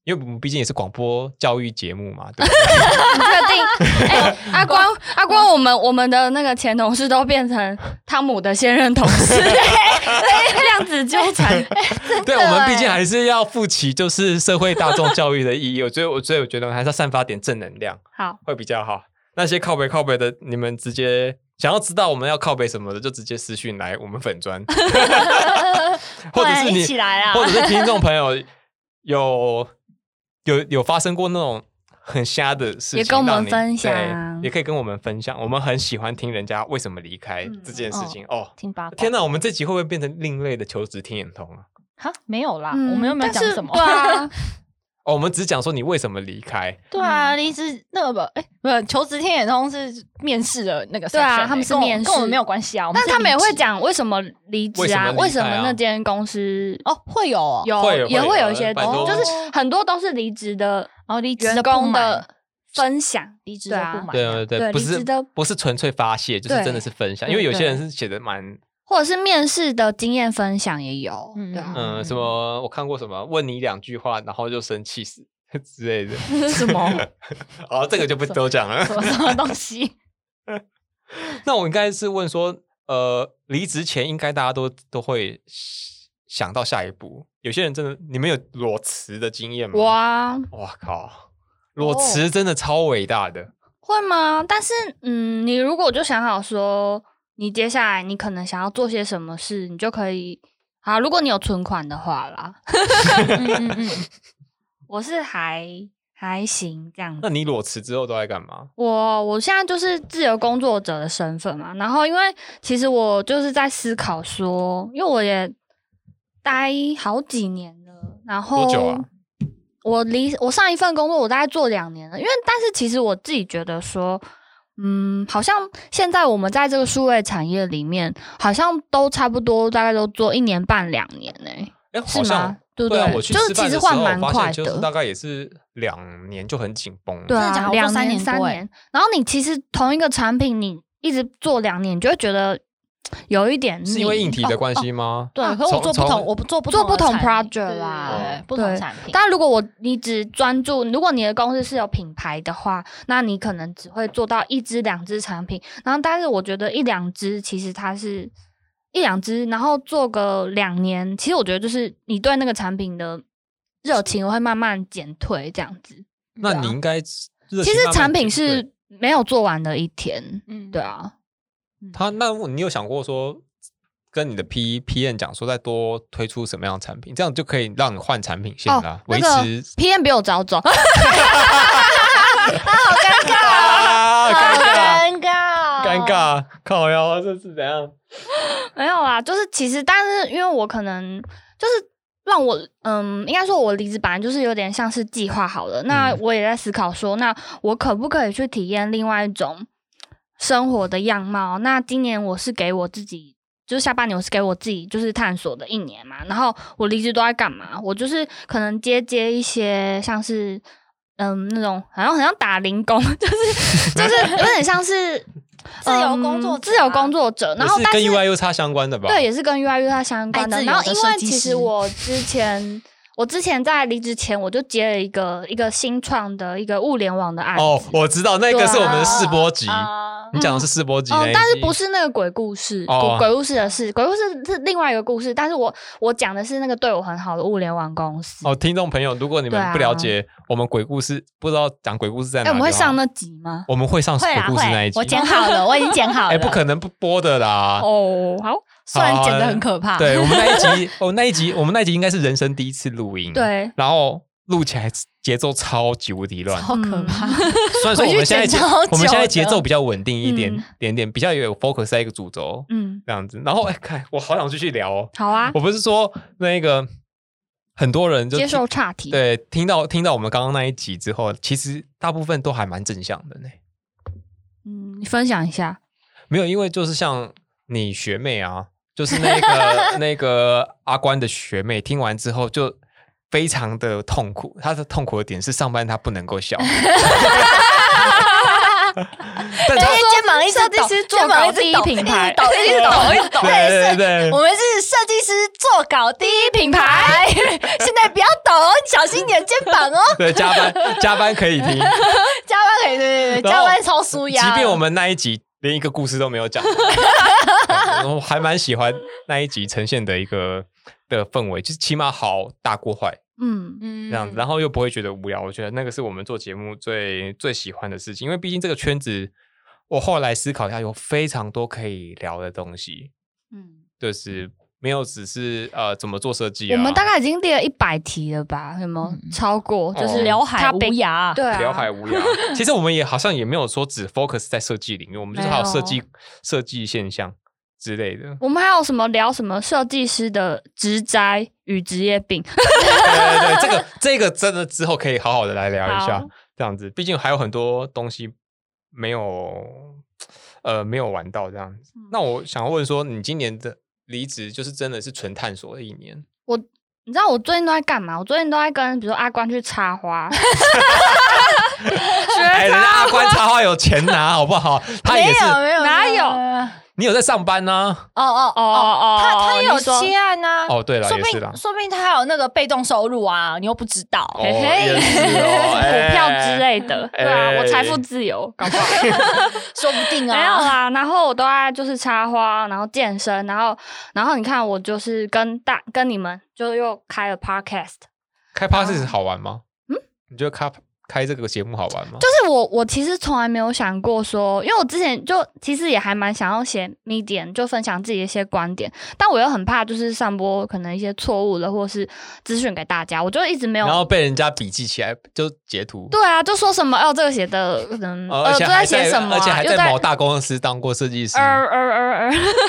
因为我们毕竟也是广播教育节目嘛，对不对？ 你确定？哎、欸，阿光，阿光，我们我们的那个前同事都变成汤姆的现任同事，量子纠缠。 对，我们毕竟还是要负起就是社会大众教育的意义。我觉得，我所以我觉得还是要散发点正能量， 好， 会比较好。那些靠北靠北的，你们直接想要知道我们要靠北什么的，就直接私讯来我们粉专，或者是你， 一起来啊， 或者是听众朋友有有有发生过那种很瞎的事情， 也跟我们分享， 也可以跟我们分享。我们很喜欢听人家为什么离开、嗯、这件事情、嗯、哦。 听八卦， 天哪，我们这集会不会变成另类的求职听眼通啊？ 哈，没有啦，嗯、我们又没有讲什么。 对啊。 哦，我们只讲说你为什么离开。 对啊，离职那个不，哎、欸，不是求职天眼通是面试的那个 section， 对啊，他们是面试， 跟我们没有关系啊。 但他们也会讲为什么离职啊？为什么那间公司哦会有哦有会有也会有一些， 哦、 就是很多都是离职的哦，离职员工的分享， 离职的不满， 对对对， 对不是不是纯粹发泄，就是真的是分享，因为有些人是写的蛮。 或者是面试的经验分享也有， 嗯对啊， 嗯，什么我看过什么问你两句话，然后就生气死之类的， 什么？ 哦，这个就不多讲了， 什么什么东西？ 那我应该是问说，呃，离职前应该大家都都会想到下一步。有些人真的，你们有裸辞的经验吗？ 哇， 哇靠，裸辞真的超伟大的， 会吗？但是，嗯，你如果就想好说。你接下来你可能想要做些什么事，你就可以好。如果你有存款的话啦， 嗯嗯嗯， 我是还还行这样子。 那你裸辞之后都在干嘛？ 我我现在就是自由工作者的身份嘛，然后因为其实我就是在思考说，因为我也待好几年了，然后多久啊？ 我离我上一份工作我大概做两年了，因为但是其实我自己觉得说。嗯，好像现在我们在这个数位产业里面，好像都差不多，大概都做一年半两年呢、欸， 哎、欸， 是吗？对不对？ 对， 我去就是其实换蛮快的， 就是大概也是两年就很紧绷了。 对啊，两年年三年，然后你其实同一个产品，你一直做两年，你就会觉得。有一点是因为硬体的关系吗？ 哦哦、对，可是我做不同，我不做不做不同 project 啦， 对，不同产品。 但如果我你只专注，如果你的公司是有品牌的话，那你可能只会做到一支两支产品。然后，但是我觉得一两支其实它是一两支，然后做个两年，其实我觉得就是你对那个产品的热情会慢慢减退，这样子。 那你应该其实产品是没有做完的一天，嗯，对啊。 他那你有想过说跟你的 P P M 讲说再多推出什么样的产品，这样就可以让你换产品线啦，维、哦、持 P M 比我早走，啊，好尴尬， 啊、 尴尬， 尴尬，靠腰，这是怎样？ 没有啦，就是其实，但是因为我可能就是让我，嗯，应该说我离职本来就是有点像是计划好了，那我也在思考说，那我可不可以去体验另外一种。生活的样貌，那今年我是给我自己，就是下半年我是给我自己就是探索的一年嘛。然后我离职都在干嘛？我就是可能接接一些像是嗯那种好像很像打零工，就是就是有点像是自由工作者、啊嗯、 自由工作者，然后但是跟 U I U X 相关的吧？ 对，也是跟 U I U X 相关的。 的然后因为其实我之前。我之前在离职前，我就接了一个一个新创的一个物联网的案子。 哦，我知道那个是我们的试播集， 啊、 你讲的是试播集那一集、 嗯哦，但是不是那个鬼故事，哦、鬼故事的事，鬼故事是另外一个故事。但是我我讲的是那个对我很好的物联网公司。 哦，听众朋友，如果你们不了解我们鬼故事，不知道讲鬼故事在哪里、欸， 我们会上那集吗？ 我们会上鬼故事那一集， 我剪好了，我已经剪好了。 哎、欸，不可能不播的啦。 哦，好。 虽然剪得很可怕， 对我们那一集，哦那一集，我们那一集应该是人生第一次录音， 对， 然后录起来节奏超级无敌乱， 超可怕。 虽然说我们现在节，我们现在节奏比较稳定一点、嗯、点点，比较有 focus 在一个主轴，嗯，这样子。然后哎，看我好想继续聊哦， 好啊， 我不是说那个很多人就接受岔题， 对，听到听到我们刚刚那一集之后，其实大部分都还蛮正向的呢。 嗯，你分享一下。 没有，因为就是像你学妹啊。就是那个那个阿关的学妹，听完之后就非常的痛苦。她的痛苦的点是上班她不能够笑， 但因为肩膀一直设计师做稿第一品牌， 抖一直抖一直抖， 对对对， 我们是设计师做稿第一品牌，现在不要抖哦，你小心你的肩膀哦。 对，加班加班可以听， 加班可以，对对对，加班超舒压。 即便我们那一集连一个故事都没有讲，我还蛮喜欢那一集呈现的一个的氛围，就是起码好大过坏。 嗯嗯这样子，然后又不会觉得无聊，我觉得那个是我们做节目最最喜欢的事情，因为毕竟这个圈子，我后来思考一下，有非常多可以聊的东西， 嗯， 就是没有只是呃怎么做设计、啊， 我们大概已经列了一百题了吧？有没有、嗯、超过？就是聊海无涯， 对啊， 聊海无涯。其实我们也好像也没有说只 focus 在设计领域，我们就是还有设计设计现象之类的。 我们还有什么聊什么设计师的职灾与职业病？ 对对对，这个这个真的之后可以好好的来聊一下，这样子，毕竟还有很多东西没有呃没有玩到这样子。嗯、那我想问说，你今年的离职就是真的是纯探索的一年？ 我你知道我最近都在干嘛？我最近都在跟比如说阿关去插花。 哎，人家阿关插花有钱拿，好不好？他也是没有没有哪有？ 你有在上班呢、 啊？哦哦哦哦，他他有接案啊。 哦，对了， 说不定说不定他还有那个被动收入啊，你又不知道。 哦，也是哦， 股票之类的，对啊，我财富自由，搞不好， 说不定啊。 没有啦，然后我都在就是插花，然后健身，然后然后你看我就是跟大跟你们就又开了 podcast。 开 podcast 好玩吗？嗯，你觉得开？开这个节目好玩吗？ 就是我，我其实从来没有想过说，因为我之前就其实也还蛮想要写 medium， 就分享自己的一些观点，但我又很怕就是散播可能一些错误的或是资讯给大家，我就一直没有。 然后被人家笔记起来就截图。 对啊，就说什么哦，这个写的可能呃，而且在写什么、啊， 而且还在某大公司当过设计师。 呃呃呃呃，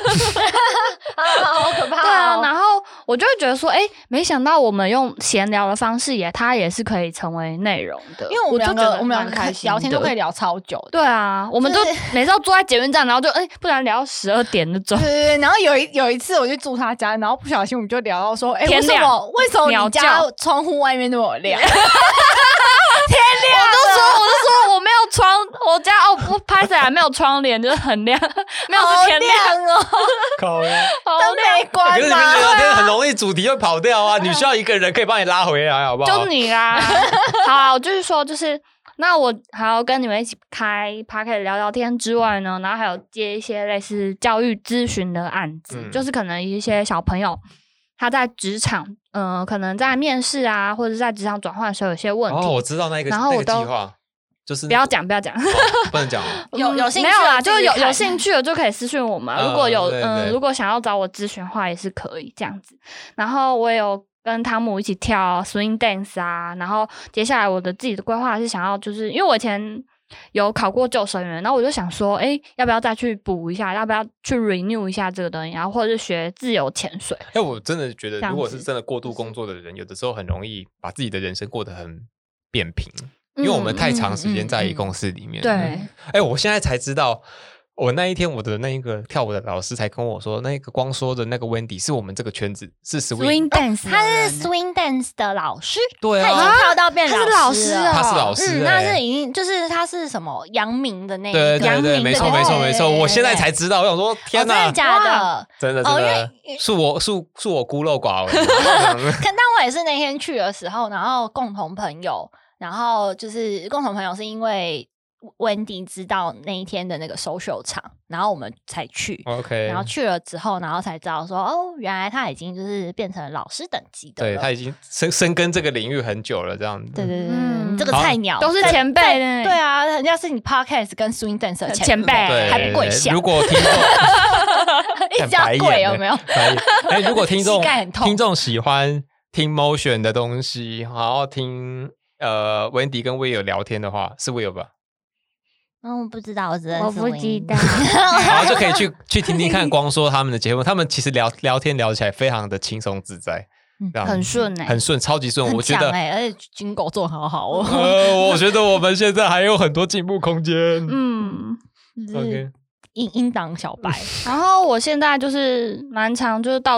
好可怕、哦。 对啊，然后我就会觉得说，哎，没想到我们用闲聊的方式也，它也是可以成为内容的。 因为我们两个，我们两个开心聊天都可以聊超久的。 对啊，我们就每次都坐在捷运站，然后就哎，不然聊到十二点那种。 对对对，然后有一有一次我去住他家，然后不小心我们就聊到说，哎，为什么为什么你家窗户外面那么亮？天亮！ 我就说，我就说我没有窗，我家哦不拍起来没有窗帘，就是很亮，没有是天亮哦。 靠呀， 灯没关吗？ 可是你们聊天很容易主题会跑掉啊！你需要一个人可以帮你拉回来，好不好？ 就你啦。好，我就是说，就是那我还要跟你们一起开 podcast 聊聊天之外呢，然后还有接一些类似教育咨询的案子，嗯、就是可能一些小朋友他在职场，呃，可能在面试啊，或者是在职场转换的时候有些问题。 哦，我知道那个， 然后我都那个计划就是、那个、不要讲，不要讲、哦， 不能讲。 有有兴趣没有啦，就是有有兴趣的就可以私讯我们。 嗯、 如果有对对嗯，如果想要找我咨询的话，也是可以这样子。然后我也有跟汤姆一起跳 swing dance 啊，然后接下来我的自己的规划是想要，就是因为我以前有考过救生员，然后我就想说，哎，要不要再去补一下？要不要去 renew 一下这个东西？然后或者是学自由潜水？ 哎，我真的觉得，如果是真的过度工作的人，有的时候很容易把自己的人生过得很扁平。因为我们太长时间在一公司里面， 对， 哎，我现在才知道，我那一天我的那一个跳舞的老师才跟我说，那个光说的那个 Wendy 是我们这个圈子是 swing, swing dance，、 哦、他是 swing dance 的老师， 对啊， 他已经跳到变老师了， 他是老师、欸， 嗯，那是已经就是他是什么阳明的那个， 对对对，没错没错没错，我现在才知道，我想说天哪， 哦、真的假的？ 真的真的，哦、是我是是我孤陋寡闻， 可但我也是那天去的时候，然后共同朋友。然后就是共同朋友是因为Wendy知道那一天的那个 social 场，然后我们才去 ，OK， 然后去了之后，然后才知道说，哦，原来他已经就是变成老师等级的了， 对他已经深深耕这个领域很久了，这样子， 对对对，嗯、这个菜鸟都是前辈， 对啊，人家是你 podcast 跟 swing dance 的前辈， 还不跪下。 如果听众一直要跪有没有？ 哎，如果听众听众喜欢听 motion 的东西，然后听。呃，温迪跟Will聊天的话，是 Will 吧？ 嗯，我不知道，我只认识我不知道， 然后就可以去去听听看光说他们的节目，他们其实聊聊天聊起来非常的轻松自在， 嗯、很顺哎、欸， 很顺，超级顺。我觉得哎、欸，而且军狗做好好哦。 呃，我觉得我们现在还有很多进步空间。 嗯 ，OK， 音音档小白。 然后我现在就是蛮常就是到处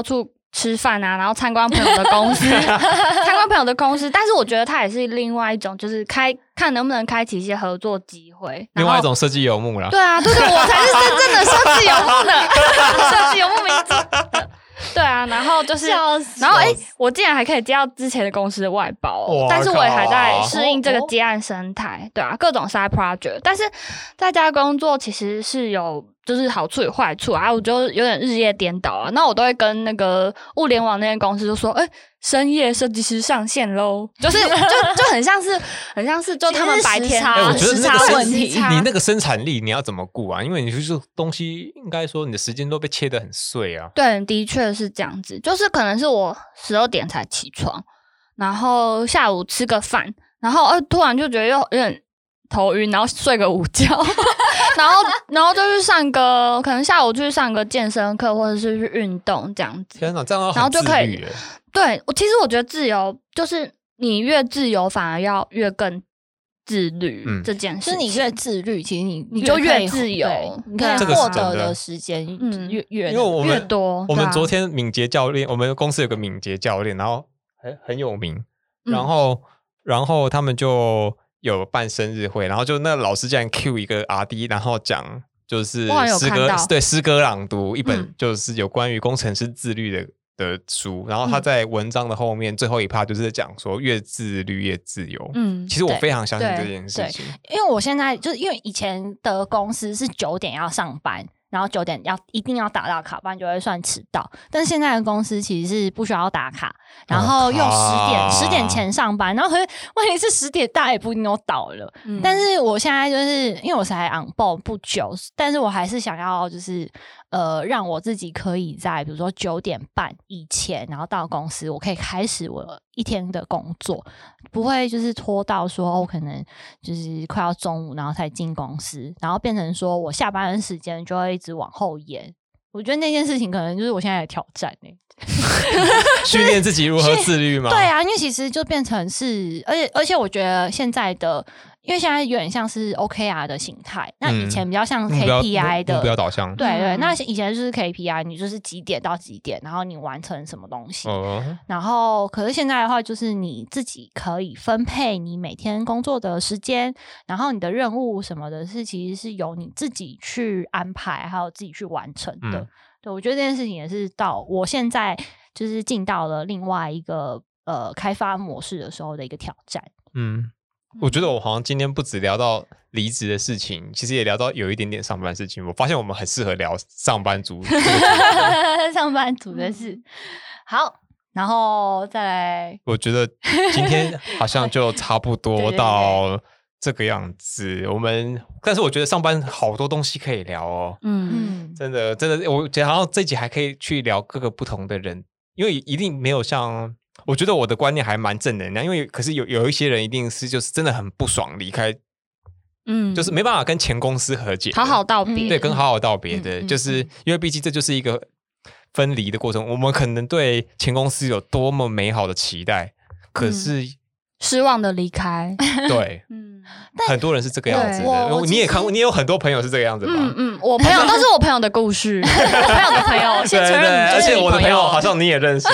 吃饭啊，然后参观朋友的公司，参观朋友的公司。但是我觉得它也是另外一种，就是开看能不能开启一些合作机会。 另外一种设计游牧啦。 对啊，对对，我才是真正的设计游牧的，设计游牧名字。对啊，然后就是，然后哎、欸，我竟然还可以接到之前的公司的外包、哦，但是我也还在适应这个接案生态，对啊，各种 side project。但是在家工作其实是有就是好处与坏处啊，我就有点日夜颠倒啊。那我都会跟那个物联网那间公司就说，哎、欸，深夜设计师上线喽，就是就就很像是很像是就他们白天哎、欸，我觉得那个问题， 你那个生产力你要怎么顾啊？因为你就是东西，应该说你的时间都被切得很碎啊。 对，的确是这样子，就是可能是我十二点才起床，然后下午吃个饭，然后呃突然就觉得又有点头晕，然后睡个午觉，然后然后就去上个可能下午去上个健身课或者是去运动这样子。 天哪，这样很然后就可以自律耶。 对，我其实我觉得自由就是你越自由反而要越更自律、嗯、这件事情， 就是你越自律，其实你你就越自由， 你可以获得的时间越越因为我们越多。 我们昨天敏捷教练，我们公司有个敏捷教练，然后很很有名，然后、嗯、然后他们就有办生日会，然后就那个老师竟然 cue 一个 R D， 然后讲就是诗歌，对诗歌朗读一本，就是有关于工程师自律的。的书，然后他在文章的后面、嗯、最后一 part 就是讲说越自律越自由。嗯，其实我非常相信这件事情， 因为我现在就是因为以前的公司是九点要上班，然后九点要一定要打到卡，不然就会算迟到。但是现在的公司其实是不需要打卡，然后用十点十、啊、点前上班，然后可是问题是十点大家也不一定都倒了、嗯。但是我现在就是因为我才 on board 不久，但是我还是想要就是呃让我自己可以在比如说九点半以前，然后到公司，我可以开始我一天的工作，不会就是拖到说我可能就是快要中午然后才进公司，然后变成说我下班的时间就会一直往后延。我觉得那件事情可能就是我现在的挑战欸训练自己如何自律吗？ 对啊，因为其实就变成是，而且而且我觉得现在的，因为现在有点像是 O K R 的形态，那以前比较像 K P I 的目标导向， 对对，那以前就是 K P I， 你就是几点到几点，然后你完成什么东西，哦、然后可是现在的话，就是你自己可以分配你每天工作的时间，然后你的任务什么的是其实是由你自己去安排，还有自己去完成的。嗯，对，我觉得这件事情也是到我现在就是进到了另外一个呃开发模式的时候的一个挑战。嗯， 我觉得我好像今天不只聊到离职的事情，其实也聊到有一点点上班的事情。我发现我们很适合聊上班族上班族的事。好，然后再来， 我觉得今天好像就差不多到这个样子。我们但是我觉得上班好多东西可以聊哦。嗯，真的真的，我觉得好像这集还可以去聊各个不同的人，因为一定没有像我觉得我的观念还蛮正能量，因为可是有有一些人一定是就是真的很不爽离开，嗯，就是没办法跟前公司和解， 好好道别， 对，跟好好道别的，嗯，就是因为毕竟这就是一个分离的过程，我们可能对前公司有多么美好的期待，可是。嗯， 失望的离开， 对，嗯，很多人是这个样子的。你也看过，你也有很多朋友是这个样子吧？ 嗯嗯，我朋友都是我朋友的故事，我朋友的朋友，先承认， 而且我的朋友好像你也认识。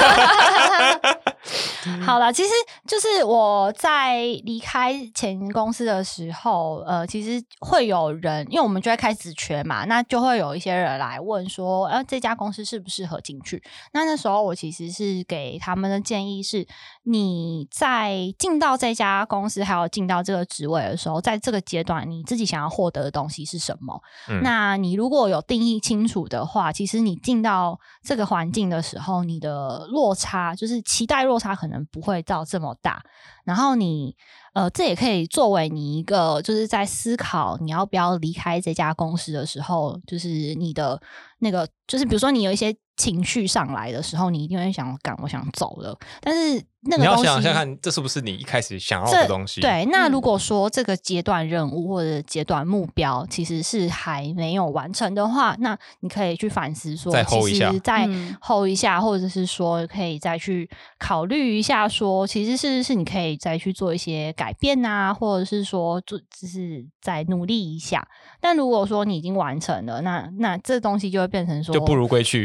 好了，其实就是我在离开前公司的时候，呃，其实会有人，因为我们就在开职缺嘛，那就会有一些人来问说，呃，这家公司适不适合进去？那那时候我其实是给他们的建议是，你在进到这家公司，还有进到这个职位的时候，在这个阶段，你自己想要获得的东西是什么？嗯，那你如果有定义清楚的话，其实你进到这个环境的时候，你的落差就是期待落差可能不会到这么大，然后你呃，这也可以作为你一个就是在思考你要不要离开这家公司的时候，就是你的那个就是比如说你有一些情绪上来的时候，你一定会想干我想走了，但是那个东西你要想想看，这是不是你一开始想要的东西？ 对，那如果说这个阶段任务或者阶段目标其实是还没有完成的话，那你可以去反思说， 再 hold 一下， 再 hold 一下，或者是说可以再去考虑一下说，其实是是你可以再去做一些改变啊，或者是说做就是再努力一下。但如果说你已经完成了，那那这东西就会变成说就不如归去。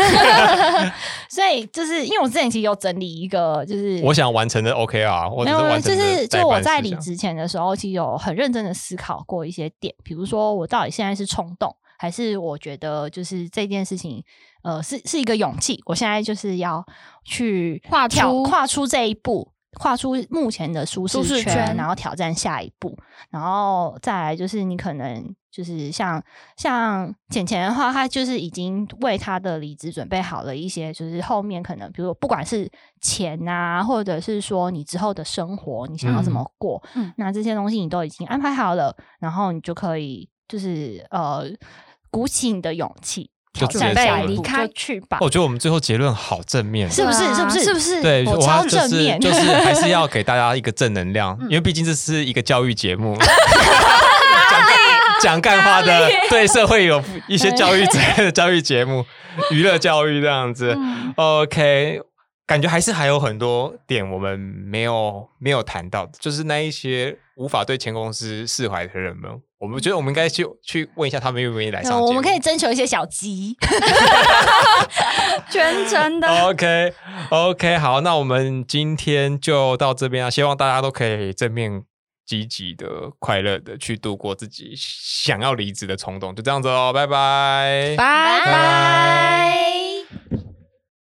所以就是因为我之前其实有整理一个，就是我想完成的 O K R， 我只是完成的就是就我在离职职前的时候，其实有很认真的思考过一些点，比如说我到底现在是冲动，还是我觉得就是这件事情，呃，是是一个勇气，我现在就是要去跨出跨出这一步。跨出目前的舒适圈， 舒适圈然后挑战下一步，然后再来就是你可能就是像像浅浅的话，他就是已经为他的离职准备好了一些，就是后面可能比如不管是钱啊，或者是说你之后的生活，你想要怎么过，嗯，那这些东西你都已经安排好了，然后你就可以就是呃鼓起你的勇气。 就准备离开去吧。 我觉得我们最后结论好正面， 是不是？是不是？ 是不是？ 对， 我超正面， 就是、就是还是要给大家一个正能量，因为毕竟这是一个教育节目，讲干话的，对社会有一些教育责任的教育节目，娱乐教育这样子。嗯、OK， 感觉还是还有很多点我们没有没有谈到，就是那一些无法对前公司释怀的人们。我们觉得我们应该去去问一下他们愿不愿意来上节目、 嗯、我们可以征求一些小鸡全程的 OK OK 好，那我们今天就到这边啊，希望大家都可以正面积极的快乐的去度过自己想要离职的冲动，就这样子哦，拜拜拜拜。